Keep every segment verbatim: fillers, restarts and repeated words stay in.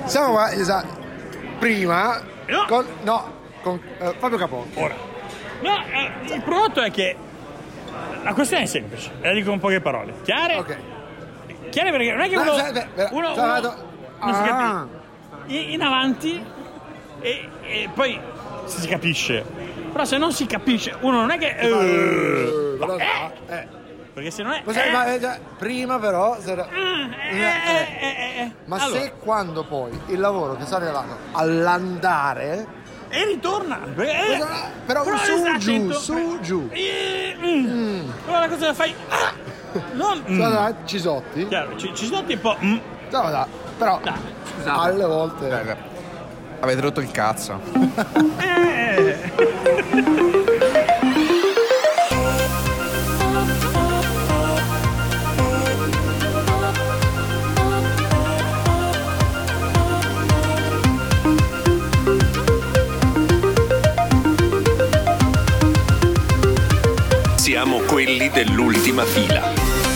Siamo qua, esatto, prima No. con, no, con eh, Fabio Capone. Ora. No, eh, il prodotto è che la questione è semplice, e la dico con poche parole. Chiare? Ok. Chiare perché non è che No, uno, aspetta, aspetta, uno, uno aspetta. non si Ah. capisce. In, in avanti e, e poi si capisce. Però se non si capisce, uno non è che... Eh, eh, però, eh, eh. perché se non è... Ma sai, eh, ma, eh, già, prima però sarà- eh, eh, eh, eh, eh. ma Allora, se quando poi il lavoro che sta arrivando all'andare e ritorna perché, eh, Cosa- però però su, stai giù, attento, su, perché- giù. Eh, mm. Allora cosa la fai? Ah, non mm. Guarda, Cisotti Chiaro, ci, ci sono un po'. Mm. no, no, però Dai, Scusate. alle volte Avete rotto il cazzo. Eh. Siamo quelli dell'ultima fila.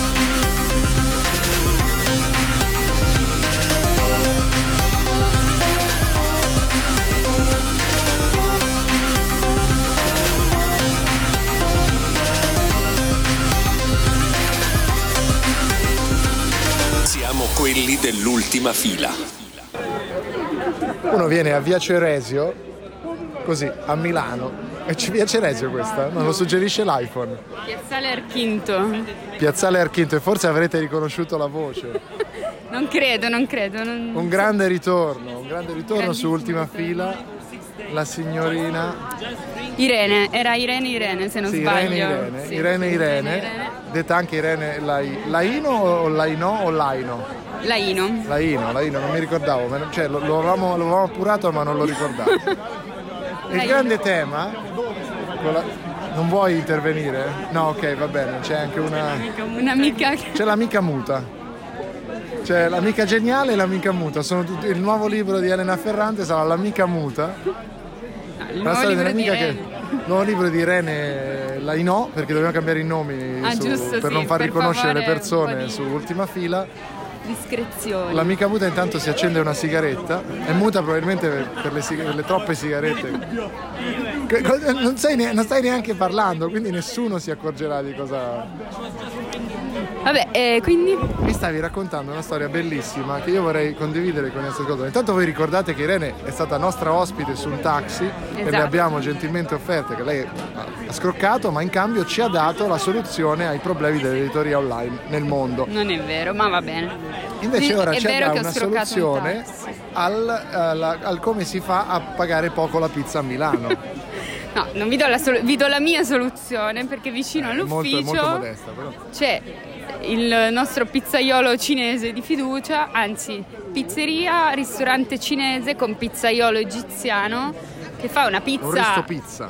Siamo quelli dell'ultima fila. uno viene a Via Ceresio così a Milano e c'è Via Ceresio questa, non lo suggerisce l'iPhone. Piazzale Archinto. Piazzale Archinto e forse avrete riconosciuto la voce. Non credo, non credo. Non... Un grande ritorno, un grande ritorno su Ultima Fila. La signorina Irene, era Irene Irene se non sì, sbaglio. Irene Irene, Sì. Irene Irene, detta anche Irene Lai- Laino o Laino o Laino? Laino. Laino, Laino, non mi ricordavo, ma non- cioè lo, lo avevamo, lo avevamo appurato ma non lo ricordavo. E il Laino. grande tema, con la- non vuoi intervenire? No, ok, va bene, c'è anche una... Un'amica che... C'è l'amica muta. C'è l'amica geniale e l'amica muta. Sono tutti, il nuovo libro di Elena Ferrante sarà L'amica muta. Il La nuovo storia libro di dell'amica che... Irene. Nuovo libro di Irene Lainò, perché dobbiamo cambiare i nomi Ah, su- giusto, per sì, non far per riconoscere le favore, persone un po' di- su Ultima Fila. Discrezione. L'amica muta intanto si accende una sigaretta. È muta probabilmente per, per le, sig- per le troppe sigarette. Che- co- Non, sei ne- non stai neanche parlando, quindi nessuno si accorgerà di cosa... Vabbè, e quindi? Mi stavi raccontando una storia bellissima che io vorrei condividere con i nostri ascoltatori. Intanto voi ricordate che Irene è stata nostra ospite su un taxi e le Esatto. abbiamo gentilmente offerte che lei ha scroccato, ma in cambio ci ha dato la soluzione ai problemi dell'editoria online nel mondo. Non è vero, ma va bene. Invece Sì, ora è ci vero dà che ho una scroccato un soluzione taxi. al, alla- al come si fa a pagare poco la pizza a Milano. No, non vi do la, solu- vi do la mia soluzione perché vicino È molto, è all'ufficio molto modesta, però. c'è il nostro pizzaiolo cinese di fiducia, anzi pizzeria, ristorante cinese con pizzaiolo egiziano che fa una Un pizza resto pizza.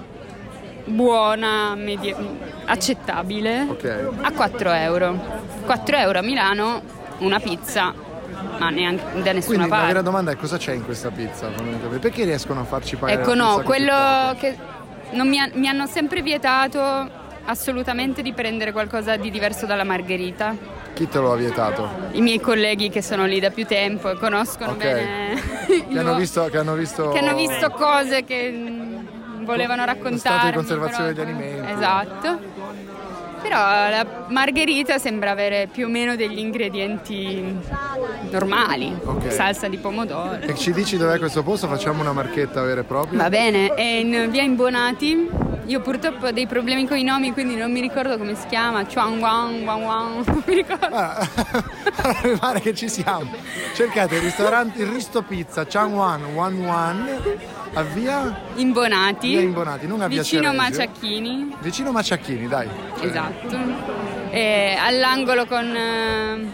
buona, media- accettabile Ok. a quattro euro. quattro euro a Milano una pizza, ma neanche da nessuna Quindi la parte. vera domanda è cosa c'è in questa pizza? Perché riescono a farci pagare Ecco, la no, pizza così quello poco? che non mi, ha- mi hanno sempre vietato assolutamente di prendere qualcosa di diverso dalla margherita. Chi te lo ha vietato? I miei colleghi che sono lì da più tempo e conoscono Ok. bene Che il hanno luogo- visto, che hanno visto, che hanno visto cose che mm, volevano Lo stato di raccontarmi. conservazione però- degli alimenti. Esatto. Però la margherita sembra avere più o meno degli ingredienti normali. Ok. Salsa di pomodoro. E ci dici dov'è questo posto? Facciamo una marchetta vera e propria. Va bene, è in via Imbonati. Io purtroppo ho dei problemi con i nomi, quindi non mi ricordo come si chiama. Chuan Wan, Wan Wan, non mi ricordo. Ah, mi pare che ci siamo. Cercate il ristorante, il Risto Pizza Changwan Wan Wan a via Imbonati. Via Imbonati, non a via vicino Ceresio. Maciacchini. Vicino Maciacchini, dai. Esatto. E all'angolo con eh,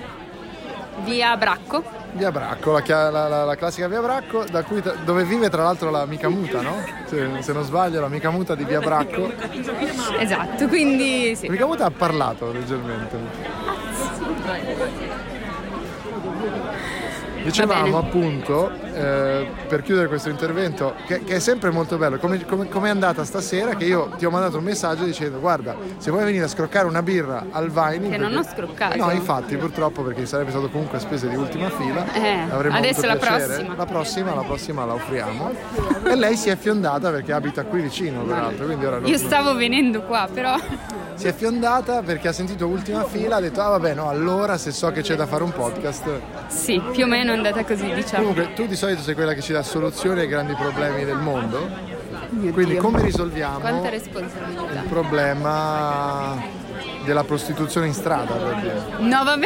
via Bracco. Via Bracco, la, chia- la- la- la classica via Bracco, da cui, dove vive tra l'altro l'amica muta, no? Se, se non sbaglio, l'amica muta di via Bracco. Esatto, quindi sì. L'amica muta ha parlato leggermente. Dicevamo appunto, eh, per chiudere questo intervento, che, che è sempre molto bello, come, come, come è andata stasera, che io ti ho mandato un messaggio dicendo guarda, se vuoi venire a scroccare una birra al Vining... Che perché... non ho scroccato. No, infatti, purtroppo, perché sarebbe stato comunque a spese di ultima fila. Eh, avremmo adesso la piacere. prossima. La prossima, la prossima la offriamo. E lei si è fiondata perché abita qui vicino, peraltro. Quindi ora non, Io stavo venendo qua, però... Si è fiondata perché ha sentito ultima fila, ha detto ah vabbè no, allora se so che c'è da fare un podcast. Sì, più o meno è andata così, diciamo. Comunque tu di solito sei quella che ci dà soluzioni ai grandi problemi del mondo. Mio Quindi Dio. come risolviamo Quanta il responsabilità. problema della prostituzione in strada, per dire? No, vabbè.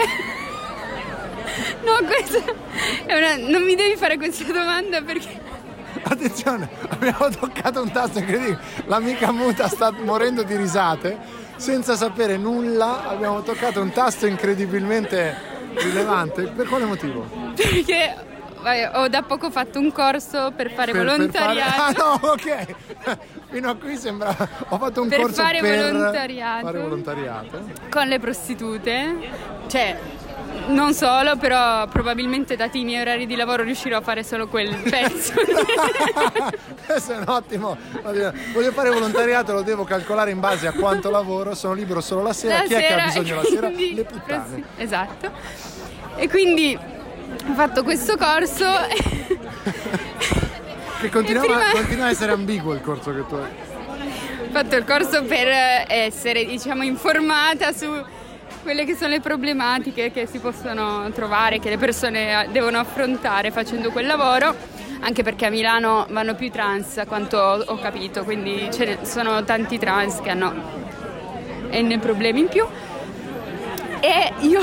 No, questa è una... non mi devi fare questa domanda perché... Attenzione, abbiamo toccato un tasto incredibile. L'amica muta sta morendo di risate. Senza sapere nulla abbiamo toccato un tasto incredibilmente rilevante. Per quale motivo? Perché vai, ho da poco fatto un corso per fare Per- per volontariato. fare- Ah no, ok. Fino a qui sembra... Ho fatto un Per corso fare per volontariato. fare volontariato. Con le prostitute. Cioè, non solo, però probabilmente dati i miei orari di lavoro riuscirò a fare solo quel pezzo. Questo è un ottimo. Voglio fare volontariato, lo devo calcolare in base a quanto lavoro, sono libero solo la sera. La Chi è che sera, ha bisogno e la sera? quindi- Le puttane. Esatto. E quindi ho fatto questo corso. Che continuava, E prima- continua a essere ambiguo il corso che tu hai. Ho fatto il corso per essere, diciamo, informata su quelle che sono le problematiche che si possono trovare, che le persone devono affrontare facendo quel lavoro, anche perché a Milano vanno più trans, a quanto ho capito, quindi ce ne sono tanti trans che hanno n problemi in più. E io,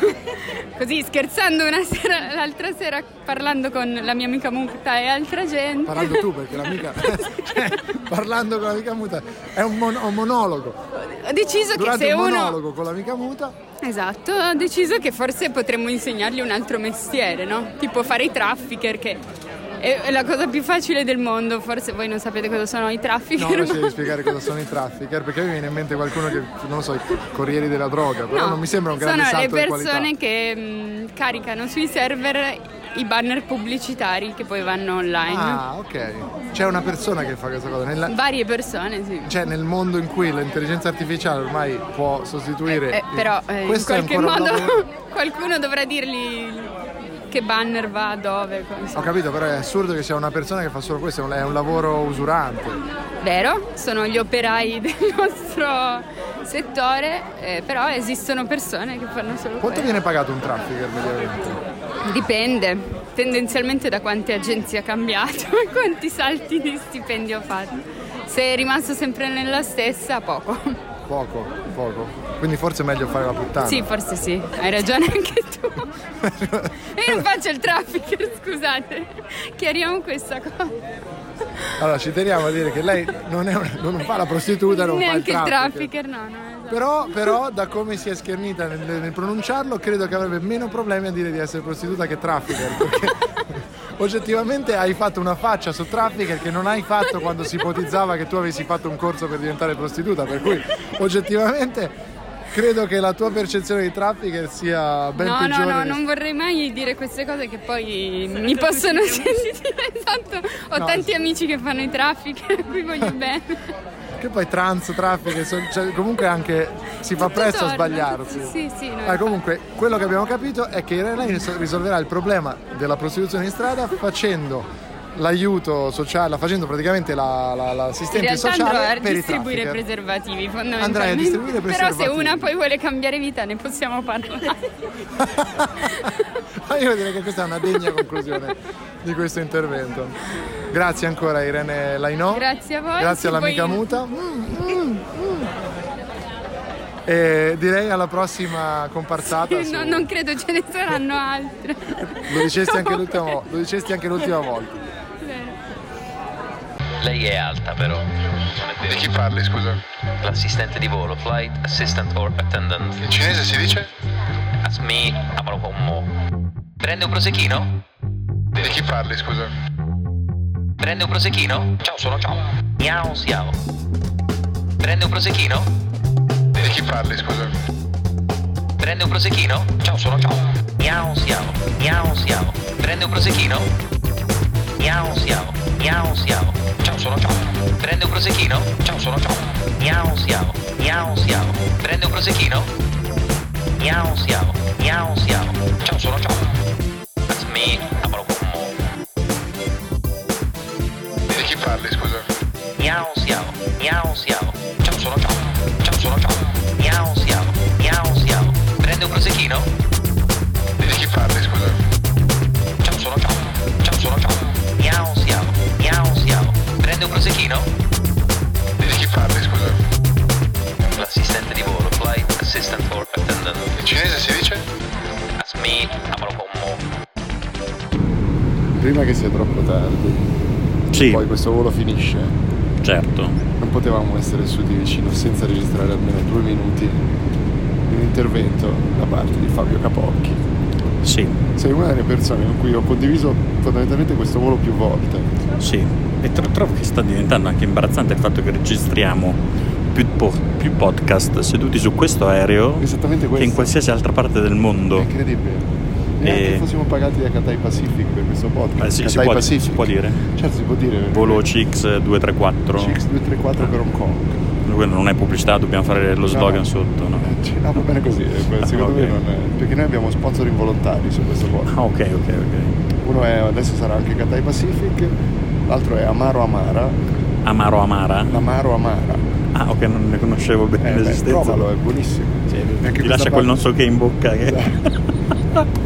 così scherzando una sera, l'altra sera, parlando con la mia amica muta e altra gente. Parlando tu, perché l'amica. cioè, parlando con l'amica muta è un, mon- un monologo. Ho deciso Durante che se un uno. monologo con l'amica muta. Esatto, ho deciso che forse potremmo insegnargli un altro mestiere, no? Tipo fare i trafficker, che è la cosa più facile del mondo. Forse voi non sapete cosa sono i trafficker. No, ora ma- ci devi spiegare cosa sono i trafficker, perché mi viene in mente qualcuno che, non lo so, i corrieri della droga, però No, non mi sembra un grande sono salto le di qualità. persone che mh, caricano sui server i banner pubblicitari che poi vanno online. Ah, ok. C'è una persona che fa questa cosa. Nella- Varie persone, sì. Cioè, nel mondo in cui l'intelligenza artificiale ormai può sostituire. Eh, però eh, in Questo è qualche ancora un modo lavoro- qualcuno dovrà dirgli che banner va dove. Ho capito, però è assurdo che sia una persona che fa solo questo, è un- è un lavoro usurante. Vero, sono gli operai del nostro settore, eh, però esistono persone che fanno solo Quanto questo. viene pagato un trafficker mediamente? Dipende, tendenzialmente da quante agenzie ha cambiato e quanti salti di stipendio ha fatto. Se è rimasto sempre nella stessa, poco. Poco, poco. Quindi forse è meglio fare la puttana. Sì, forse sì, hai ragione anche tu. Io non faccio il trafficker, scusate. Chiariamo questa cosa. Allora, ci teniamo a dire che lei non, è una- non fa la prostituta, non Neanche fa il il trafficker, no, no. esatto. Però, però, da come si è schernita nel, nel pronunciarlo, credo che avrebbe meno problemi a dire di essere prostituta che trafficker. Perché oggettivamente hai fatto una faccia su trafficker che non hai fatto quando si ipotizzava che tu avessi fatto un corso per diventare prostituta. Per cui, oggettivamente, credo che la tua percezione di trafficker sia ben No, peggiore. no, no, ris- non vorrei mai dire queste cose che poi mi possono sentire. Esatto, ho No, tanti sì. amici che fanno i trafficker, a cui voglio bene. Che poi trans, trafficker, so- cioè, comunque anche si fa presto a torna, sbagliarsi. tutto- sì, sì, no, Ah, infatti. comunque, quello che abbiamo capito è che lei ris- risolverà il problema della prostituzione in strada facendo l'aiuto sociale, facendo praticamente la, la, In l'assistente realtà andrò sociale a per i distribuire trafficker. preservativi, fondamentalmente. Andrai a distribuire Però preservativi. se una poi vuole cambiare vita ne possiamo parlare. Ma io direi che questa è una degna conclusione di questo intervento. Grazie ancora Irene Lainò. Grazie a voi. Grazie Se all'amica voi- muta. Mm, mm, mm. E direi alla prossima comparsata. Sì, su- no, non credo ce ne saranno altre. Lo dicesti anche l'ultima, vo- lo dicesti anche l'ultima volta. Lei è alta però. Di chi parli, scusa? L'assistente di volo, flight assistant or attendant. In cinese si dice? Asmi Amorokommo. Prende un prosecchino? Di chi parli, scusa? Prende un prosecchino? Ciao, sono ciao. Miao, siao. Prende un prosecchino? Di chi parli, scusa? Prende un prosecchino? Ciao, sono ciao. Miau siamo, miau siamo. Prende un prosecchino? Miau siamo, miau siamo. Ciao, sono ciao. Prende un prosecchino? Ciao, sono ciao. Miau siamo, miau siamo. Prende un prosecchino? Miau siamo, miau siamo. Ciao, sono ciao. That's me, Apollo Commo. Di chi parli, scusa? Miau siamo, miau siamo. Ciao, sono ciao. Ciao, sono ciao. Miau siamo, miau siamo. Prende un prosecchino? Di chi parli, scusa? Ciao, sono ciao. Ciao, sono ciao. Miau siamo, miau siamo. Prende un prosecchino? Di chi parli, scusa? L'assistente di volo, flight assistant or attendant. In cinese si dice? That's me, Apollo Commo. Prima che sia troppo tardi, Sì, poi questo volo finisce, certo. non potevamo essere seduti vicino senza registrare almeno due minuti di un intervento da parte di Fabio Capocchi. Sì, Sei una delle persone con cui ho condiviso fondamentalmente questo volo più volte. sì. E tro- trovo che sta diventando anche imbarazzante il fatto che registriamo più, po- più podcast seduti su questo aereo Esattamente che in questo. qualsiasi altra parte del È mondo. incredibile. Neanche E- fossimo pagati da Cathay Pacific per questo podcast. Eh, sì, si, Cathay può, Pacific. si può dire. Certo si può dire. Volo C X due tre quattro. C X due tre quattro per Hong Kong. Quello non è pubblicità, dobbiamo fare lo slogan no. sotto, no? Eh, sì, no, va bene così. eh, Secondo ok. me non è. Perché noi abbiamo sponsor involontari su questo podcast. Ah, ok, ok, ok. Uno è adesso sarà anche Cathay Pacific, l'altro è Amaro Amara. Amaro Amara? Amaro Amara. Ah, ok, non ne conoscevo bene Eh, beh, l'esistenza. provalo, è buonissimo. Sì, Anche ti questa lascia quel parte- non so che in bocca che... Esatto.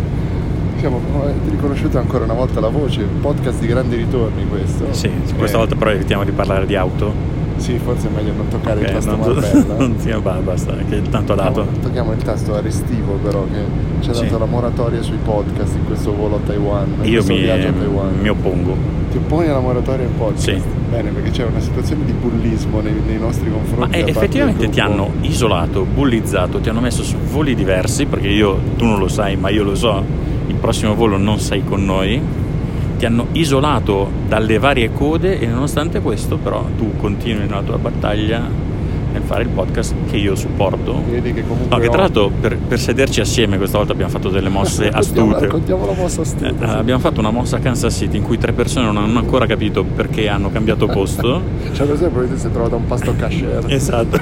Siamo eh, riconosciuto ancora una volta la voce, podcast di grandi ritorni questo. Sì, questa Eh, volta però evitiamo di parlare di auto. Sì, forse è meglio non toccare Ok, il tasto non, Marbella. non sì, va, basta, che tanto ha dato. No, tocchiamo il tasto restivo però che ci ha Sì. dato la moratoria sui podcast in questo volo a Taiwan. in Io questo mi, viaggio a Taiwan. mi oppongo. Ti opponi alla moratoria ai podcast? Sì. Bene, perché c'è una situazione di bullismo nei, nei nostri Ma confronti. eh, da parte effettivamente del ti gruppo. hanno isolato, bullizzato, ti hanno messo su voli diversi, perché io, tu non lo sai, ma io lo so, il prossimo volo non sei con noi. Ti hanno isolato dalle varie code e nonostante questo però tu continui nella tua battaglia nel fare il podcast che io supporto. Vedi che comunque No, che tra ho- l'altro per, per sederci assieme questa volta abbiamo fatto delle mosse Raccontiamo- astute. Raccontiamo la mossa astuta. Eh, sì. abbiamo fatto una mossa a Kansas City in cui tre persone non hanno ancora capito perché hanno cambiato posto. Cioè, per esempio, probabilmente si è trovato un pasto cashier. Esatto.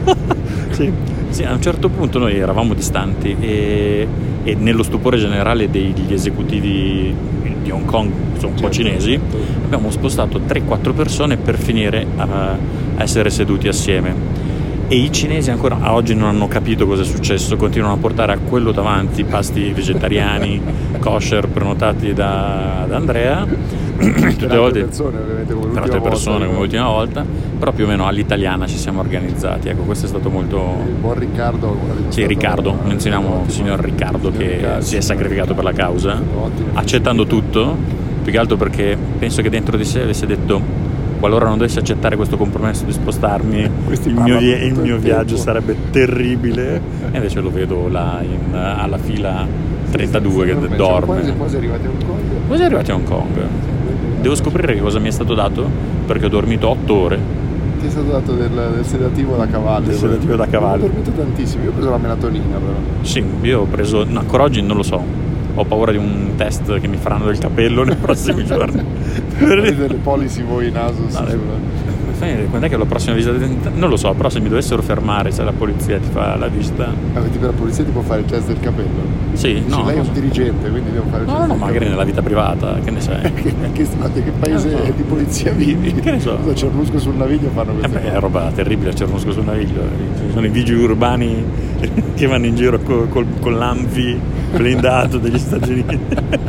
sì. Sì, a un certo punto noi eravamo distanti e, e nello stupore generale degli esecutivi di Hong Kong, sono un po' Certo, cinesi, certo. abbiamo spostato tre quattro persone per finire a, a essere seduti assieme. E i cinesi ancora a oggi non hanno capito cosa è successo, continuano a portare a quello davanti pasti vegetariani, kosher prenotati da, da Andrea, tutte le volte persone, ovviamente, come per l'ultima altre volta, persone come no? l'ultima volta, però più o meno all'italiana ci siamo organizzati. Ecco, questo è stato molto... Il buon Riccardo. guarda, è Sì, stato- Riccardo, menzioniamo il ottimo. signor Riccardo Signor che Riccardo, si è sacrificato per la causa, Ottimo. accettando tutto, più che altro perché penso che dentro di sé avesse detto qualora non dovessi accettare questo compromesso di spostarmi Questi il parlano mio, il tutto mio il viaggio tempo. sarebbe terribile, e invece lo vedo là in- alla fila trentadue che Siamo dorme. Quasi, quasi arrivati a Hong Kong. Come sei arrivati a Hong Kong? Devo scoprire che cosa mi è stato dato perché ho dormito otto ore. Ti è stato dato del, del sedativo da cavallo. Del sedativo da cavallo. Ho dormito tantissimo, io ho preso la melatonina però. Sì, io ho preso, no, ancora oggi non lo so. Ho paura di un test che mi faranno del capello nei prossimi giorni. Avete delle policy voi in naso su- Vale. sulla- Quando è che la prossima visita dentale? Non lo so, però se mi dovessero fermare, se la polizia ti fa la visita. Ah, tipo la polizia ti può fare il test del capello? Sì, no. Sì, lei è non un so. dirigente, quindi devo fare il test No, no, del magari capello. nella vita privata, che ne sai. che, che, che, che paese Non so. di polizia vivi? Che ne so. Cosa, Cernusco sul Naviglio fanno Eh queste beh, cose? è roba terribile a Cernusco sul Naviglio. Ci sono i vigili urbani che vanno in giro col, col, con l'Anfi blindato degli Stati Uniti.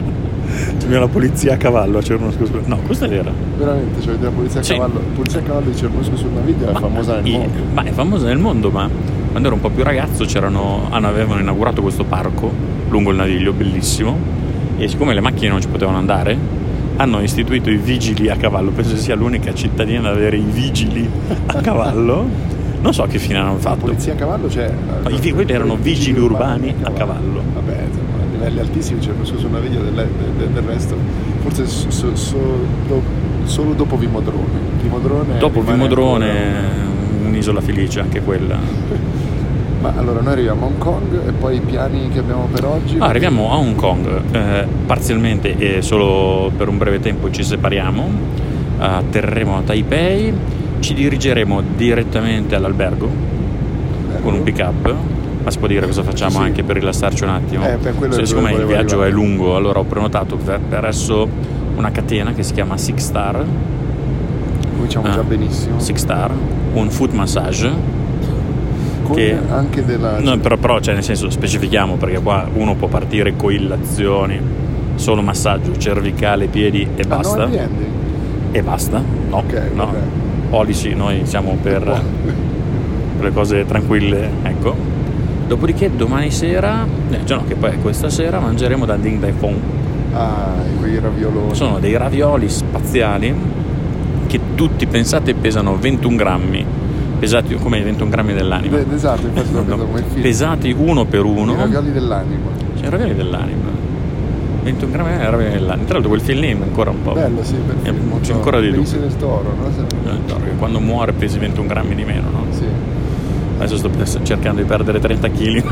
C'è la polizia a cavallo a Cernusco sul No, questo è vero. Veramente, cioè la polizia a Sì. cavallo, polizia a cavallo di Cernusco sul Naviglio è famosa nel i- mondo. Ma è famosa nel mondo, ma quando ero un po' più ragazzo c'erano, hanno, avevano inaugurato questo parco lungo il Naviglio, bellissimo, e siccome le macchine non ci potevano andare, hanno istituito i vigili a cavallo. Penso sia l'unica cittadina ad avere i vigili a cavallo. Non so che fine hanno La fatto. polizia a cavallo c'è. No, i- quelli erano vigili urbani a cavallo. Vabbè, insomma, a livelli altissimi Cernusco sul Naviglio del, del, del resto. Forse so- so- so- do- solo dopo Vimodrone. Vimodrone Dopo rimane Vimodrone, ancora- un'isola felice anche quella. Ma allora noi arriviamo a Hong Kong e poi i piani che abbiamo per oggi? Ah, arriviamo a Hong Kong, eh, parzialmente e solo per un breve tempo ci separiamo, atterreremo a Taipei, ci dirigeremo direttamente all'albergo Bello. con un pick up, ma si può dire cosa facciamo Sì. anche per rilassarci un attimo? Eh, per quello Sì, è siccome dove il volevo viaggio arrivare. è lungo, allora ho prenotato per, presso una catena che si chiama Six Star, Cominciamo Ah. già benissimo. Six Star, un foot massage. Con che- anche della... No, però, però cioè nel senso specifichiamo, perché qua uno può partire con illazioni, solo massaggio cervicale, piedi e Ah, basta. no, happy-ending? E basta. No, Ok, no. vabbè. Policy, noi siamo per, Buono. per le cose tranquille, ecco. Dopodiché domani sera, eh, cioè no, che poi questa sera mangeremo da Ding Dai Fong. Ah, quei ravioloni. Sono dei ravioli spaziali che tutti, pensate, pesano ventuno grammi. Pesati come i ventuno grammi dell'anima. Eh, esatto, infatti l'ho preso come il film. Pesati uno per uno. I ravioli dell'anima. Cioè, i ravioli dell'anima. ventuno grammi di ravioli dell'anima. Tra l'altro quel film lì è ancora un po'. Bello, sì, per Eh, film. molto- c'è ancora di Benicio dubbio. del Toro, no? Se- Perché quando muore pesi ventuno grammi di meno, no? Sì. Adesso sto cercando di perdere trenta chili.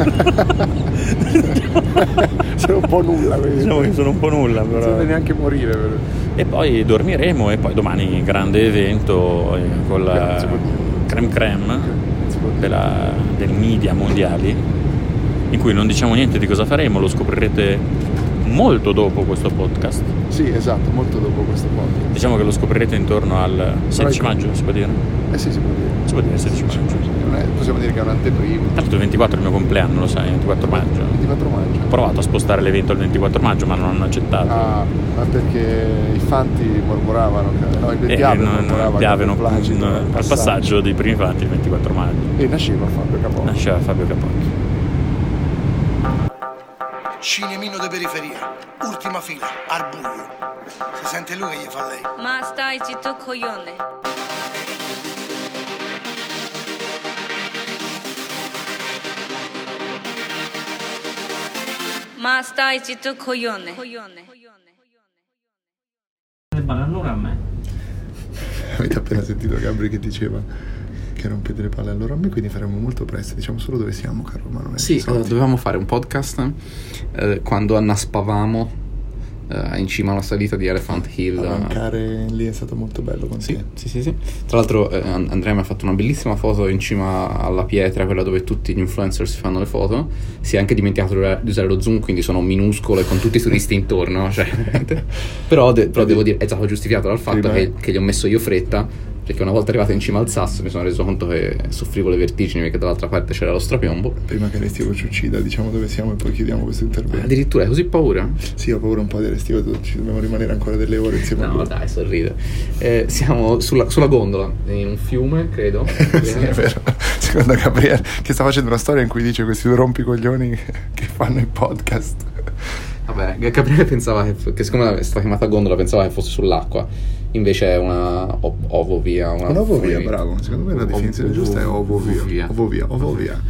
Sono un po' nulla, vedi? Diciamo che sono un po' nulla, Non però. serve neanche morire. Però. E poi dormiremo e poi domani grande evento eh, con la Si può dire. creme creme Si può dire. della, del media mondiali, in cui non diciamo niente di cosa faremo, lo scoprirete molto dopo questo podcast. Sì, esatto, molto dopo questo podcast. Diciamo che lo scoprirete intorno al sedici maggio, si può dire? Eh sì, si può dire. Si può dire sedici maggio. Non è- possiamo dire che è un'anteprima. Tra l'altro il ventiquattro è il mio compleanno, lo sai, il ventiquattro maggio. ventiquattro maggio. Ho provato a spostare l'evento al ventiquattro maggio, ma non hanno accettato. Ah, ma perché i fanti mormoravano, che- no, il E diavolo non, mormorava Diavolo, che Placido al al passaggio dei primi fatti il ventiquattro maggio. E nasceva Fabio Capone. Nasceva Fabio Capocchi. Cinemino de periferia, ultima fila, al buio. Si sente lui che gli fa lei. Ma stai zitto, coglione. Ma stai zitto, coglione. Allora a me. Avete appena sentito Gabri che diceva che rompete le palle allora a me, quindi faremo molto presto. Diciamo solo dove siamo, caro Romano. Sì, eh, dovevamo fare un podcast eh, quando annaspavamo eh, in cima alla salita di Elephant Hill. A mancare lì è stato molto bello con Sì, te. sì, sì, sì. Tra l'altro eh, Andrea mi ha fatto una bellissima foto in cima alla pietra, quella dove tutti gli influencer si fanno le foto. Si è anche dimenticato di usare lo zoom, quindi sono minuscolo e con tutti i turisti intorno, cioè, veramente. però, de- però devo dire, è stato giustificato dal fatto Prima- che, che gli ho messo io fretta, perché una volta arrivato in cima al sasso mi sono reso conto che soffrivo le vertigini perché dall'altra parte c'era lo strapiombo. Prima che Restivo ci uccida, diciamo dove siamo e poi chiudiamo questo intervento. Addirittura hai così paura? Sì, ho paura un po' di Restivo, ci dobbiamo rimanere ancora delle ore insieme a No, lui. dai, sorride. Eh, siamo sulla, sulla gondola, in un fiume, credo. Sì, è vero. Secondo Gabriele, che sta facendo una storia in cui dice questi due rompicoglioni che fanno i podcast. Vabbè, Gabriele pensava che, che siccome è stata chiamata gondola pensava che fosse sull'acqua, invece è una o- ovovia. Una Un'ovovia, ovovia. bravo. Secondo me la definizione Ov- giusta è ovovia. ovovia. Ovovia, ovovia.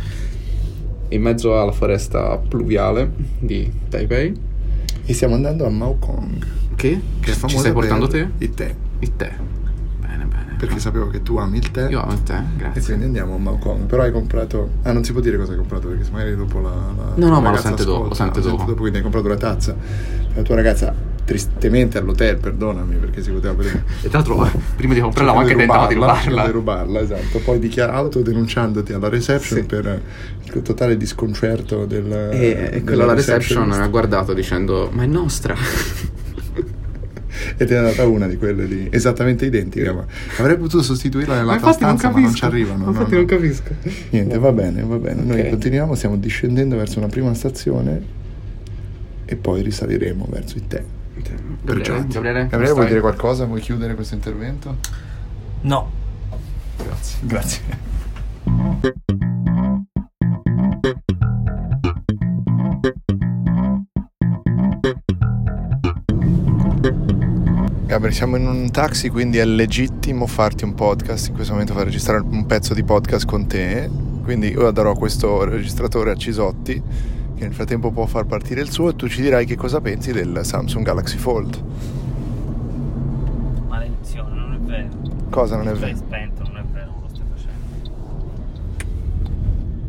In mezzo alla foresta pluviale di Taipei. E stiamo andando a Mao Kong, Che? che è Ci famosa stai portando per te? il tè. Il tè. Bene, bene. Perché sapevo che tu ami il tè. Io amo il tè, E grazie. quindi andiamo a Mao Kong. Però hai comprato. Ah, non si può dire cosa hai comprato perché se magari dopo la. la No, no, la ma lo ragazza sente dopo, ascolta, lo sente lo dopo. Quindi hai comprato una tazza. La tua ragazza tristemente all'hotel, perdonami perché si poteva vedere. E tra l'altro, prima di comprarla ho anche tentato di rubarla. Di rubarla, esatto. Poi dichiara autodenunciandoti alla reception Sì. per il totale disconcerto del. E, e della quella alla reception receptionist. mi ha guardato dicendo: ma è nostra. E te ne è data una di quelle lì, esattamente identica. Ma avrei potuto sostituirla Ma nell'altra infatti non stanza, ma non ci capisco. arrivano. no, Infatti no. non capisco. Niente, va bene, va bene. Noi Ok. continuiamo, stiamo discendendo verso una prima stazione e poi risaliremo verso il tè. Per Gabriele, Giorgio. Gabriele, come Gabriele, vuoi stai? dire qualcosa? Vuoi chiudere questo intervento? No. Grazie. Grazie. Gabriele, siamo in un taxi, quindi è legittimo farti un podcast. In questo momento far registrare un pezzo di podcast con te. Quindi io darò questo registratore a Cisotti, che nel frattempo può far partire il suo, e tu ci dirai che cosa pensi del Samsung Galaxy Fold. Maledizione, non è vero. Cosa non è Stai vero? spento, non è vero, non lo stai facendo.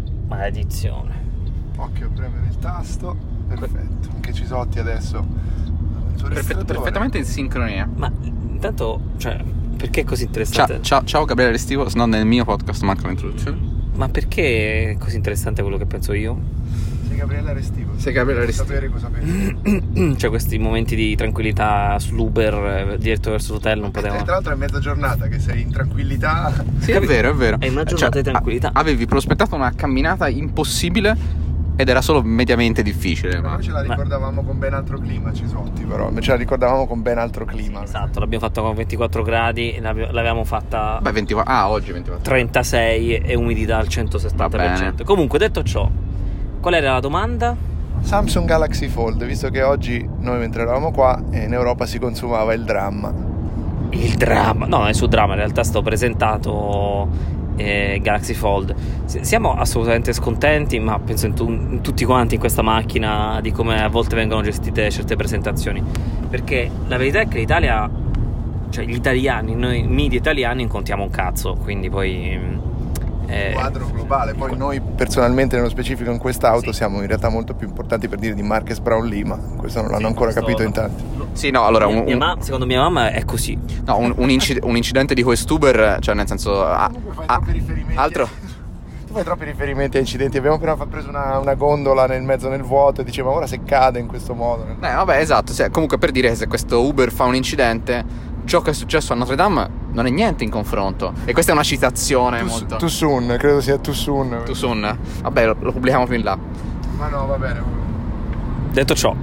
nuova edizione. Occhio a premere il tasto, perfetto. Anche Cisotti adesso Perfett- perfettamente in sincronia. Ma intanto, cioè, perché è così interessante? Ciao, ciao, ciao Gabriele Restivo, se no nel mio podcast manca l'introduzione. Ma perché è così interessante quello che penso io? Sei Gabriele Restivo. Sei Gabriele Restivo. Sapere cosa pensi. C'è questi momenti di tranquillità sull'Uber diretto verso l'hotel, non potevo. Tra l'altro è mezza giornata che sei in tranquillità. Sì, è vero, è vero. È una giornata Cioè, di tranquillità. a- avevi prospettato una camminata impossibile ed era solo mediamente difficile. Ma Ma... noi ce la ricordavamo con ben altro clima, Cisotti, però ce la ricordavamo con ben altro clima. Esatto, l'abbiamo fatta con ventiquattro gradi, l'ave- l'avevamo fatta Beh, ventiquattro. Ah, oggi ventiquattro. trentasei e umidità al centosettanta per cento. Comunque, detto ciò, qual era la domanda? Samsung Galaxy Fold, visto che oggi noi mentre eravamo qua in Europa si consumava il dramma. Il dramma? No, non è sul dramma, in realtà sto presentato eh, Galaxy Fold. S- siamo assolutamente scontenti, ma penso in, tu- in tutti quanti in questa macchina di come a volte vengono gestite certe presentazioni, perché la verità è che l'Italia, cioè gli italiani, noi media italiani contiamo un cazzo, quindi poi eh, Quadro globale, poi noi personalmente nello specifico in quest'auto sì. Siamo in realtà molto più importanti per dire di Marques Brownlee, ma questo non l'hanno sì, ancora questo capito lo... in tanti. Sì, no, allora mia, un, mia un... ma- secondo mia mamma è così. No, un, un, incid- un incidente di quest'Uber, cioè nel senso ah, fai ah, troppi riferimenti altro tu fai troppi riferimenti a incidenti. Abbiamo appena preso una, una gondola nel mezzo nel vuoto e diceva ora se cade in questo modo. Eh, vabbè, esatto, sì, comunque per dire che se questo Uber fa un incidente, ciò che è successo a Notre Dame non è niente in confronto. E questa è una citazione too, molto too soon, credo sia too soon. Too soon. Vabbè, lo, lo pubblichiamo più in là. Ma no, va bene. Detto ciò,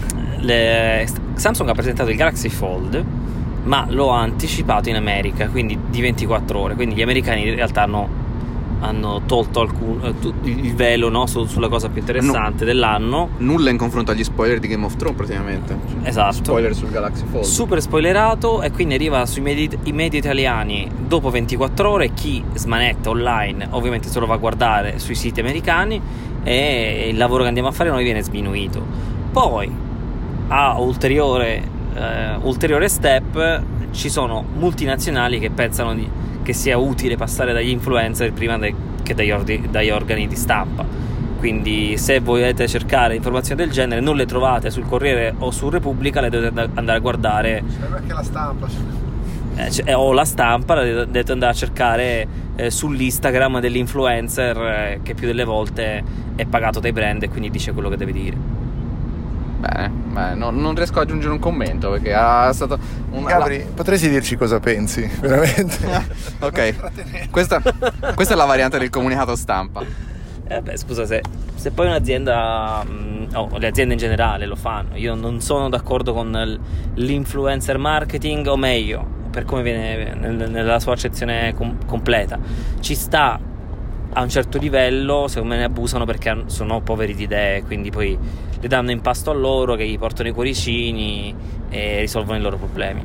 le... Samsung ha presentato il Galaxy Fold, ma lo ha anticipato in America, quindi di ventiquattro ore. Quindi gli americani in realtà hanno, hanno tolto alcun, eh, tu, il velo, no, su, sulla cosa più interessante no, dell'anno. Nulla in confronto agli spoiler di Game of Thrones praticamente. Esatto. Spoiler sul Galaxy Fold. Super spoilerato, e quindi arriva sui media, i media italiani dopo ventiquattro ore. Chi smanetta online ovviamente se lo va a guardare sui siti americani, e il lavoro che andiamo a fare noi viene sminuito. Poi a ulteriore, eh, ulteriore step ci sono multinazionali che pensano di, che sia utile passare dagli influencer prima de, che dagli, ordi, dagli organi di stampa. Quindi se volete cercare informazioni del genere non le trovate sul Corriere o su Repubblica, le dovete andare a guardare perché la stampa eh, cioè, o la stampa la dovete andare a cercare eh, sull'Instagram dell'influencer, eh, che più delle volte è pagato dai brand e quindi dice quello che deve dire. Bene, beh, no, non riesco ad aggiungere un commento perché è stato un... Gabri, la... potresti dirci cosa pensi, veramente? Ok, questa, questa è la variante del comunicato stampa. Eh beh, scusa, se, se poi un'azienda, mh, o le aziende in generale lo fanno, io non sono d'accordo con l'influencer marketing, o meglio, per come viene nel, nella sua accezione com- completa. Ci sta a un certo livello, secondo me ne abusano perché sono poveri di idee, quindi poi le danno in pasto a loro, che gli portano i cuoricini e risolvono i loro problemi.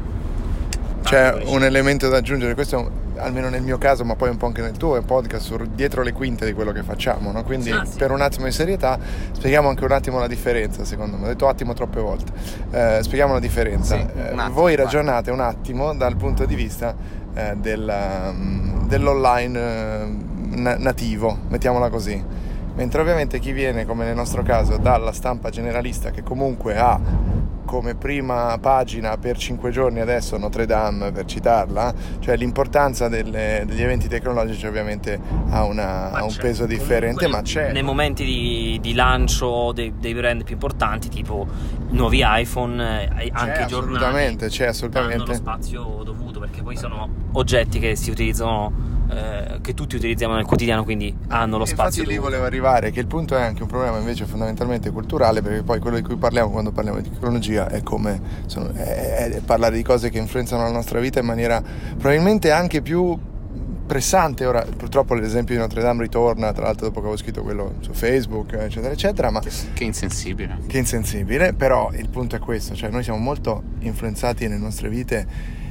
C'è un elemento da aggiungere, questo è un, almeno nel mio caso, ma poi un po' anche nel tuo, è un podcast sur, dietro le quinte di quello che facciamo, no? Quindi ah, sì. Per un attimo di serietà spieghiamo anche un attimo la differenza, secondo me. Ho detto attimo troppe volte. Eh, spieghiamo la differenza. Sì, eh, attimo, voi ragionate vai. un attimo dal punto di vista eh, del, um, dell'online eh, nativo, mettiamola così. Mentre ovviamente chi viene, come nel nostro caso, dalla stampa generalista, che comunque ha come prima pagina per cinque giorni adesso Notre Dame, per citarla, cioè l'importanza delle, degli eventi tecnologici ovviamente ha, una, ha un peso differente, ma c'è. Nei momenti di, di lancio dei, dei brand più importanti, tipo nuovi iPhone, eh, anche c'è, giornali, assolutamente, c'è assolutamente hanno lo spazio dovuto, perché poi sono oggetti che si utilizzano, eh, che tutti utilizziamo nel quotidiano, quindi hanno lo spazio. Infatti lì volevo arrivare, che il punto è anche un problema invece fondamentalmente culturale, perché poi quello di cui parliamo quando parliamo di tecnologia è come sono, è, è parlare di cose che influenzano la nostra vita in maniera probabilmente anche più pressante. Ora purtroppo l'esempio di Notre Dame ritorna, tra l'altro dopo che avevo scritto quello su Facebook, eccetera eccetera, ma che insensibile che insensibile però il punto è questo, cioè noi siamo molto influenzati nelle nostre vite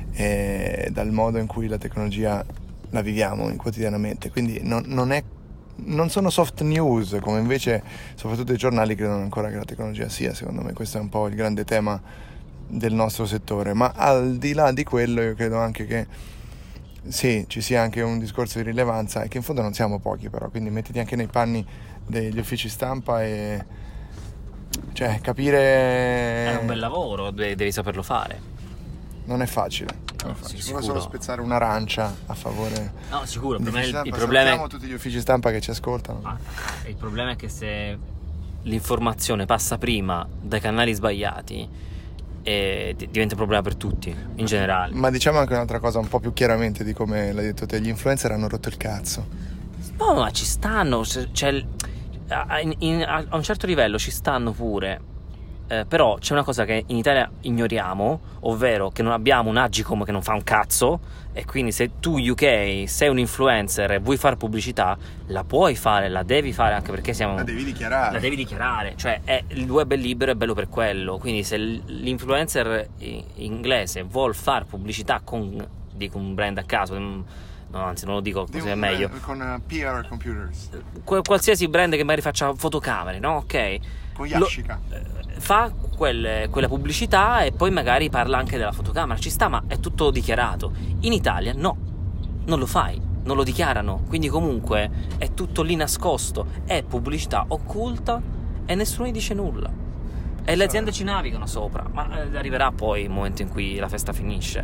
eh, dal modo in cui la tecnologia la viviamo quotidianamente, quindi non, non è non sono soft news come invece soprattutto i giornali credono ancora che la tecnologia sia. Secondo me questo è un po' il grande tema del nostro settore, ma al di là di quello io credo anche che sì, ci sia anche un discorso di rilevanza e che in fondo non siamo pochi, però quindi mettiti anche nei panni degli uffici stampa e cioè capire è un bel lavoro, devi saperlo fare. Non è facile, non è facile. Sì, solo spezzare un'arancia a favore. No, sicuro, per me il, stampa. il problema Salutiamo tutti gli uffici stampa che ci ascoltano. Ah, il problema è che se l'informazione passa prima dai canali sbagliati e diventa un problema per tutti in generale. Ma diciamo anche un'altra cosa un po' più chiaramente di come l'hai detto te, gli influencer hanno rotto il cazzo. No, ma ci stanno, cioè, in, in, a un certo livello ci stanno pure. Eh, però c'è una cosa che in Italia ignoriamo, ovvero che non abbiamo un Agicom che non fa un cazzo, e quindi se tu U K sei un influencer e vuoi fare pubblicità, la puoi fare, la devi fare, anche perché siamo... La devi dichiarare. La devi dichiarare, cioè è, il web è libero, è bello per quello, quindi se l'influencer inglese vuol fare pubblicità con, dico un brand a caso, no, anzi non lo dico così è meglio, con uh, P R Computers, Qu- qualsiasi brand che magari faccia fotocamere, no? Ok, con Yashica Lo, fa quelle, quella pubblicità e poi magari parla anche della fotocamera, ci sta, ma è tutto dichiarato. In Italia no, non lo fai, non lo dichiarano, quindi comunque è tutto lì nascosto, è pubblicità occulta e nessuno gli dice nulla e le aziende ci navigano sopra, ma arriverà poi il momento in cui la festa finisce.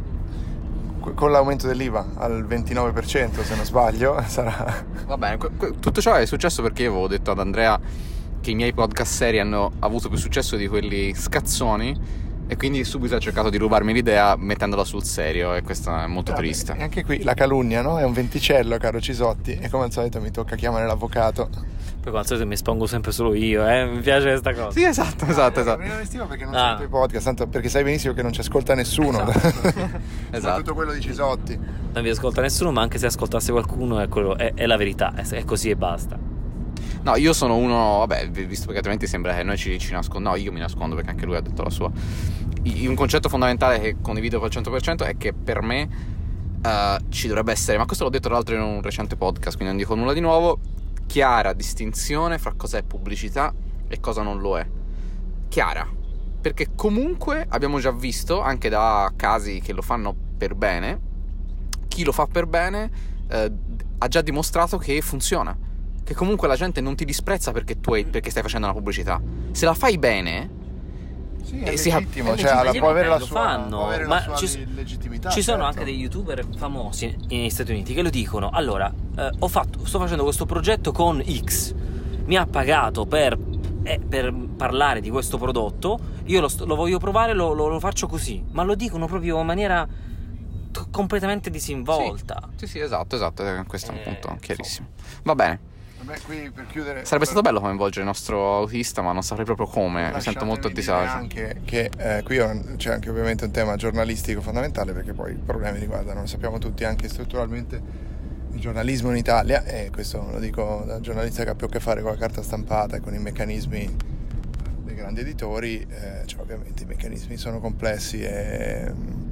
Con l'aumento dell'I V A al ventinove per cento, se non sbaglio, sarà... Va bene, tutto ciò è successo perché io avevo detto ad Andrea che i miei podcast seri hanno avuto più successo di quelli scazzoni e quindi subito ha cercato di rubarmi l'idea mettendola sul serio, e questo è molto Vabbè, triste. E anche qui la calunnia, no? È un venticello, caro Cisotti, e come al solito mi tocca chiamare l'avvocato. Poi come al solito mi espongo sempre solo io, eh? Mi piace questa cosa. Sì, esatto, esatto, esatto. Non investivo perché non Ah. sento i podcast, tanto perché sai benissimo che non ci ascolta nessuno. Esatto. Tutto quello di Cisotti. Non vi ascolta nessuno, ma anche se ascoltasse qualcuno è, quello, è, è la verità, è, è così e basta. No, io sono uno, vabbè, visto perché altrimenti sembra che noi ci, ci nascondiamo. No, io mi nascondo perché anche lui ha detto la sua. I, un concetto fondamentale che condivido al cento per cento è che per me uh, ci dovrebbe essere, ma questo l'ho detto tra l'altro in un recente podcast, quindi non dico nulla di nuovo, chiara distinzione fra cosa è pubblicità e cosa non lo è. Chiara, perché comunque abbiamo già visto, anche da casi che lo fanno per bene, chi lo fa per bene uh, ha già dimostrato che funziona. Che comunque la gente non ti disprezza perché tu hai, perché stai facendo una pubblicità. Se la fai bene, sì, è eh, si legittimo, è cioè la, può avere la lo sua, fanno, può avere ma la sua ci, legittimità. ci sono certo. anche degli youtuber famosi negli Stati Uniti che lo dicono. Allora, eh, ho fatto, sto facendo questo progetto con X, mi ha pagato per, eh, per parlare di questo prodotto, io lo, lo voglio provare, lo, lo, lo faccio così, ma lo dicono proprio in maniera t- completamente disinvolta. Sì, sì, sì, esatto, esatto, questo è un Eh, punto chiarissimo. Va bene. Vabbè, qui per chiudere, Sarebbe stato bello coinvolgere il nostro autista, ma non saprei proprio come, mi sento molto a disagio. Anche che eh, qui c'è anche ovviamente un tema giornalistico fondamentale, perché poi i problemi riguardano, lo sappiamo tutti, anche strutturalmente il giornalismo in Italia, e questo lo dico da giornalista che ha più a che fare con la carta stampata e con i meccanismi dei grandi editori, eh, cioè ovviamente i meccanismi sono complessi e,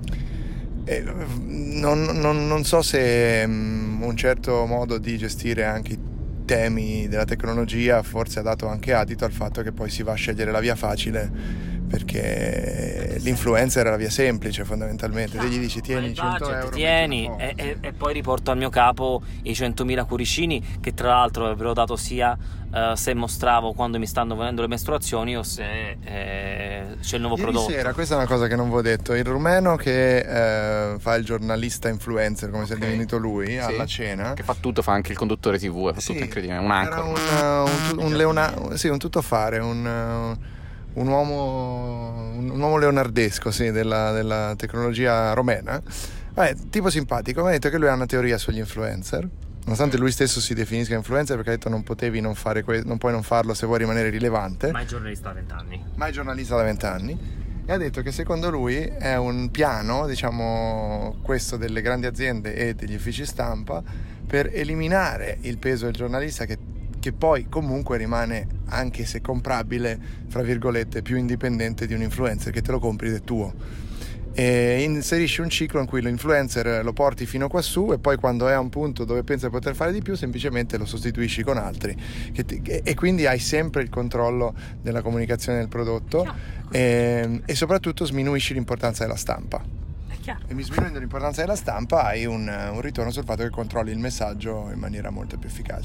e non, non, non so se um, un certo modo di gestire anche i temi della tecnologia forse ha dato anche adito al fatto che poi si va a scegliere la via facile, perché l'influencer è la via semplice fondamentalmente. Te gli dici tieni cento euro, tieni e, e, e poi riporto al mio capo i centomila cuoricini, che tra l'altro ve l'ho dato sia uh, se mostravo quando mi stanno venendo le mestruazioni o se eh, c'è il nuovo Ieri prodotto. Sera, questa è una cosa che non vi ho detto, il rumeno che eh, fa il giornalista influencer, come okay. si è definito lui, sì. alla cena, che fa tutto, fa anche il conduttore tivù, fa sì. tutto incredibile, un anchor, era un, un, un, leona, sì, un tuttofare, un un uomo un uomo leonardesco, sì, della, della tecnologia romena. Vabbè, tipo simpatico, mi ha detto che lui ha una teoria sugli influencer, nonostante lui stesso si definisca influencer, perché ha detto non potevi non fare que- non puoi non farlo se vuoi rimanere rilevante. Ma è giornalista da vent'anni. Ma è giornalista da vent'anni. E ha detto che secondo lui è un piano, diciamo, questo delle grandi aziende e degli uffici stampa, per eliminare il peso del giornalista che che poi comunque rimane, anche se comprabile, fra virgolette, più indipendente di un influencer che te lo compri ed è tuo. E inserisci un ciclo in cui l'influencer lo porti fino quassù e poi quando è a un punto dove pensa di poter fare di più semplicemente lo sostituisci con altri che ti, e quindi hai sempre il controllo della comunicazione del prodotto e, e soprattutto sminuisci l'importanza della stampa. E mi sminuendo l'importanza della stampa hai un, un ritorno sul fatto che controlli il messaggio in maniera molto più efficace.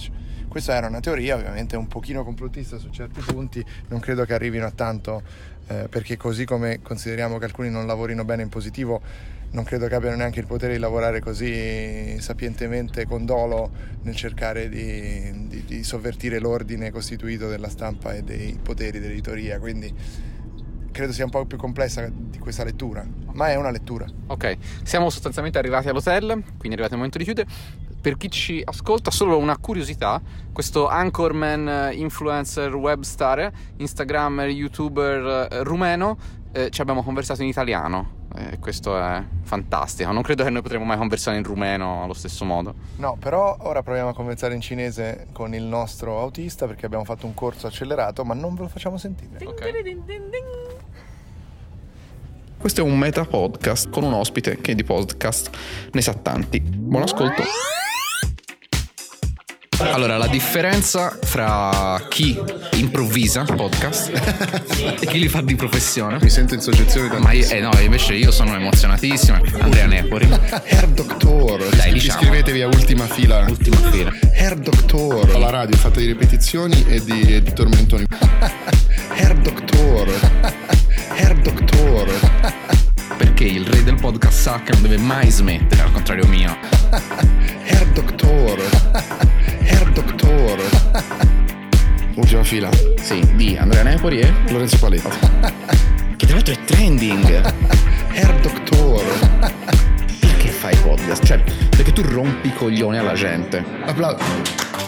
Questa era una teoria ovviamente un pochino complottista su certi punti, non credo che arrivino a tanto, eh, perché così come consideriamo che alcuni non lavorino bene in positivo, non credo che abbiano neanche il potere di lavorare così sapientemente con dolo nel cercare di, di, di sovvertire l'ordine costituito della stampa e dei poteri dell'editoria, quindi credo sia un po' più complessa di questa lettura, ma è una lettura. Ok, siamo sostanzialmente arrivati all'hotel, quindi è arrivato il momento di chiudere. Per chi ci ascolta, solo una curiosità: questo anchorman, influencer, webstar, instagrammer, youtuber eh, rumeno, eh, ci abbiamo conversato in italiano. Eh, questo è fantastico. Non credo che noi potremo mai conversare in rumeno allo stesso modo. No, però ora proviamo a conversare in cinese con il nostro autista, perché abbiamo fatto un corso accelerato, ma non ve lo facciamo sentire. Okay. Questo è un meta podcast con un ospite che di podcast ne sa tanti. Buon ascolto. Allora, la differenza fra chi improvvisa podcast e chi li fa di professione. Mi sento in soggezione da Ma io, eh no, invece io sono emozionatissimo. Andrea Nepori. Herr Doctor. Dai, diciamo. Iscrivetevi a Ultima Fila. Ultima Fila. Herr Doctor. Sì. La radio è fatta di ripetizioni e di, e di tormentoni. Herr Doctor. Herr Doctor. Perché il re del podcast sa che non deve mai smettere, al contrario mio. Herr Doctor. Herr Doctor. Ultima Fila. Sì, di Andrea Nepori e Lorenzo Paletti. che tra l'altro è trending. Herr Doctor. Perché fai podcast? Cioè, perché tu rompi i coglioni alla gente. Applauso.